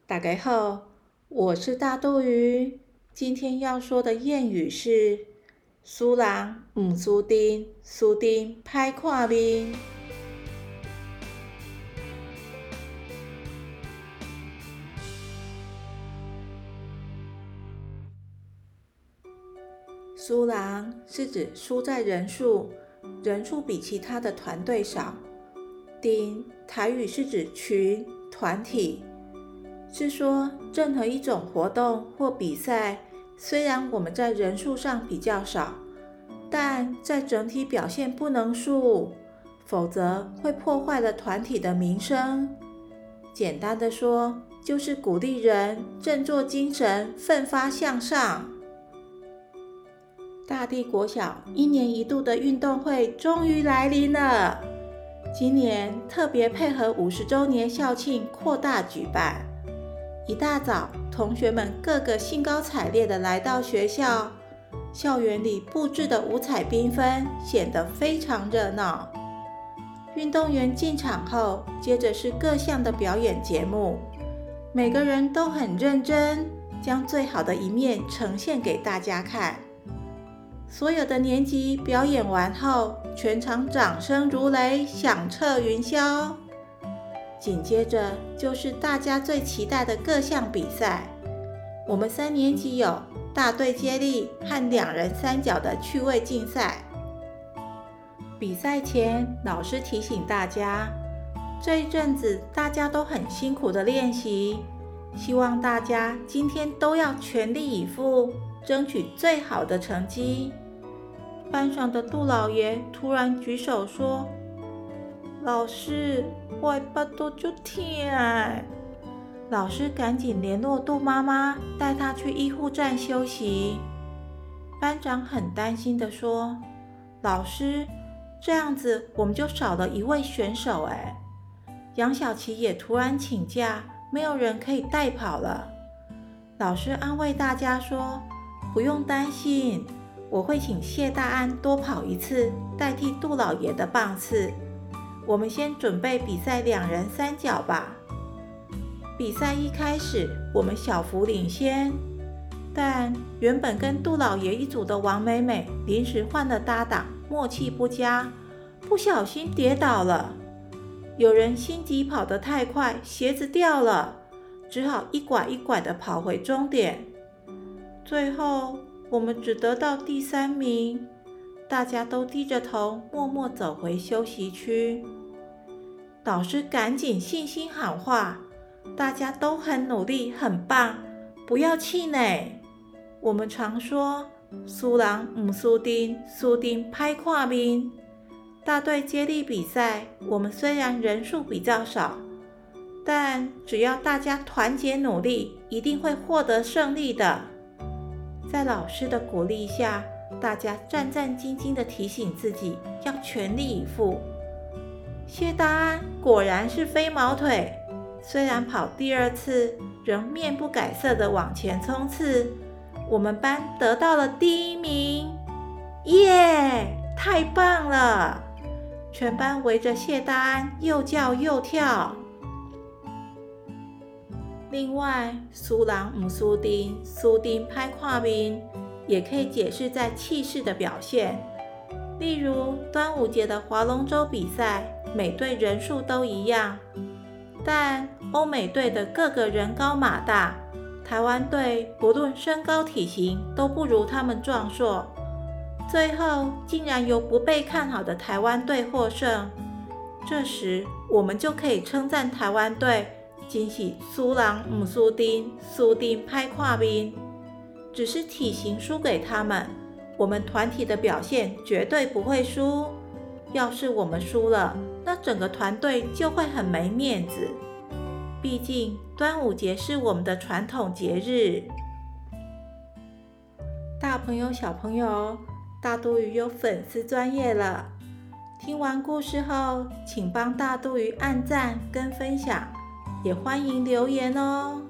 大家好，我是大肚鱼。今天要说的谚语是输人唔输阵，输阵歹看面。输人是指输在人数比其他的团队少。丁台语是指群、团体，是说任何一种活动或比赛，虽然我们在人数上比较少，但在整体表现不能输，否则会破坏了团体的名声。简单的说，就是鼓励人振作精神，奋发向上。大地国小1年1度的运动会终于来临了，今年特别配合50周年校庆扩大举办。一大早，同学们个个兴高采烈地来到学校，校园里布置的五彩缤纷，显得非常热闹。运动员进场后，接着是各项的表演节目，每个人都很认真，将最好的一面呈现给大家看。所有的年级表演完后，全场掌声如雷，响彻云霄。紧接着就是大家最期待的各项比赛。我们3年级有大队接力和2人3角的趣味竞赛。比赛前，老师提醒大家，这一阵子大家都很辛苦的练习，希望大家今天都要全力以赴，争取最好的成绩。班上的杜老爷突然举手说：“老师，我的巴肚就痛。”老师赶紧联络杜妈妈，带她去医护站休息。班长很担心地说：“老师，这样子我们就少了一位选手。”杨小琪也突然请假，没有人可以代跑了。老师安慰大家说：“不用担心，我会请谢大安多跑一次，代替杜老爷的棒次。我们先准备比赛2人3角吧。”比赛一开始，我们小幅领先，但原本跟杜老爷一组的王美美临时换了搭档，默契不佳，不小心跌倒了。有人心急跑得太快，鞋子掉了，只好一拐一拐地跑回终点。最后我们只得到第3名，大家都低着头默默走回休息区。导师赶紧信心喊话，大家都很努力，很棒，不要气馁。我们常说输人唔输阵，输阵歹看面。大队接力比赛，我们虽然人数比较少，但只要大家团结努力，一定会获得胜利的。在老师的鼓励下，大家战战兢兢地提醒自己要全力以赴。谢大安果然是飞毛腿，虽然跑第2次，仍面不改色地往前冲刺。我们班得到了第1名，耶！太棒了！全班围着谢大安又叫又跳。另外，输人唔输阵，输阵歹看面，也可以解释在气势的表现。例如，端午节的划龙舟比赛，每队人数都一样，但欧美队的个个人高马大，台湾队不论身高体型都不如他们壮硕。最后竟然由不被看好的台湾队获胜，这时我们就可以称赞台湾队真是输人唔输阵，输阵歹看面。只是体型输给他们，我们团体的表现绝对不会输。要是我们输了，那整个团队就会很没面子。毕竟端午节是我们的传统节日。大朋友小朋友，大肚鱼有粉丝专页了，听完故事后，请帮大肚鱼按赞跟分享，也欢迎留言哦。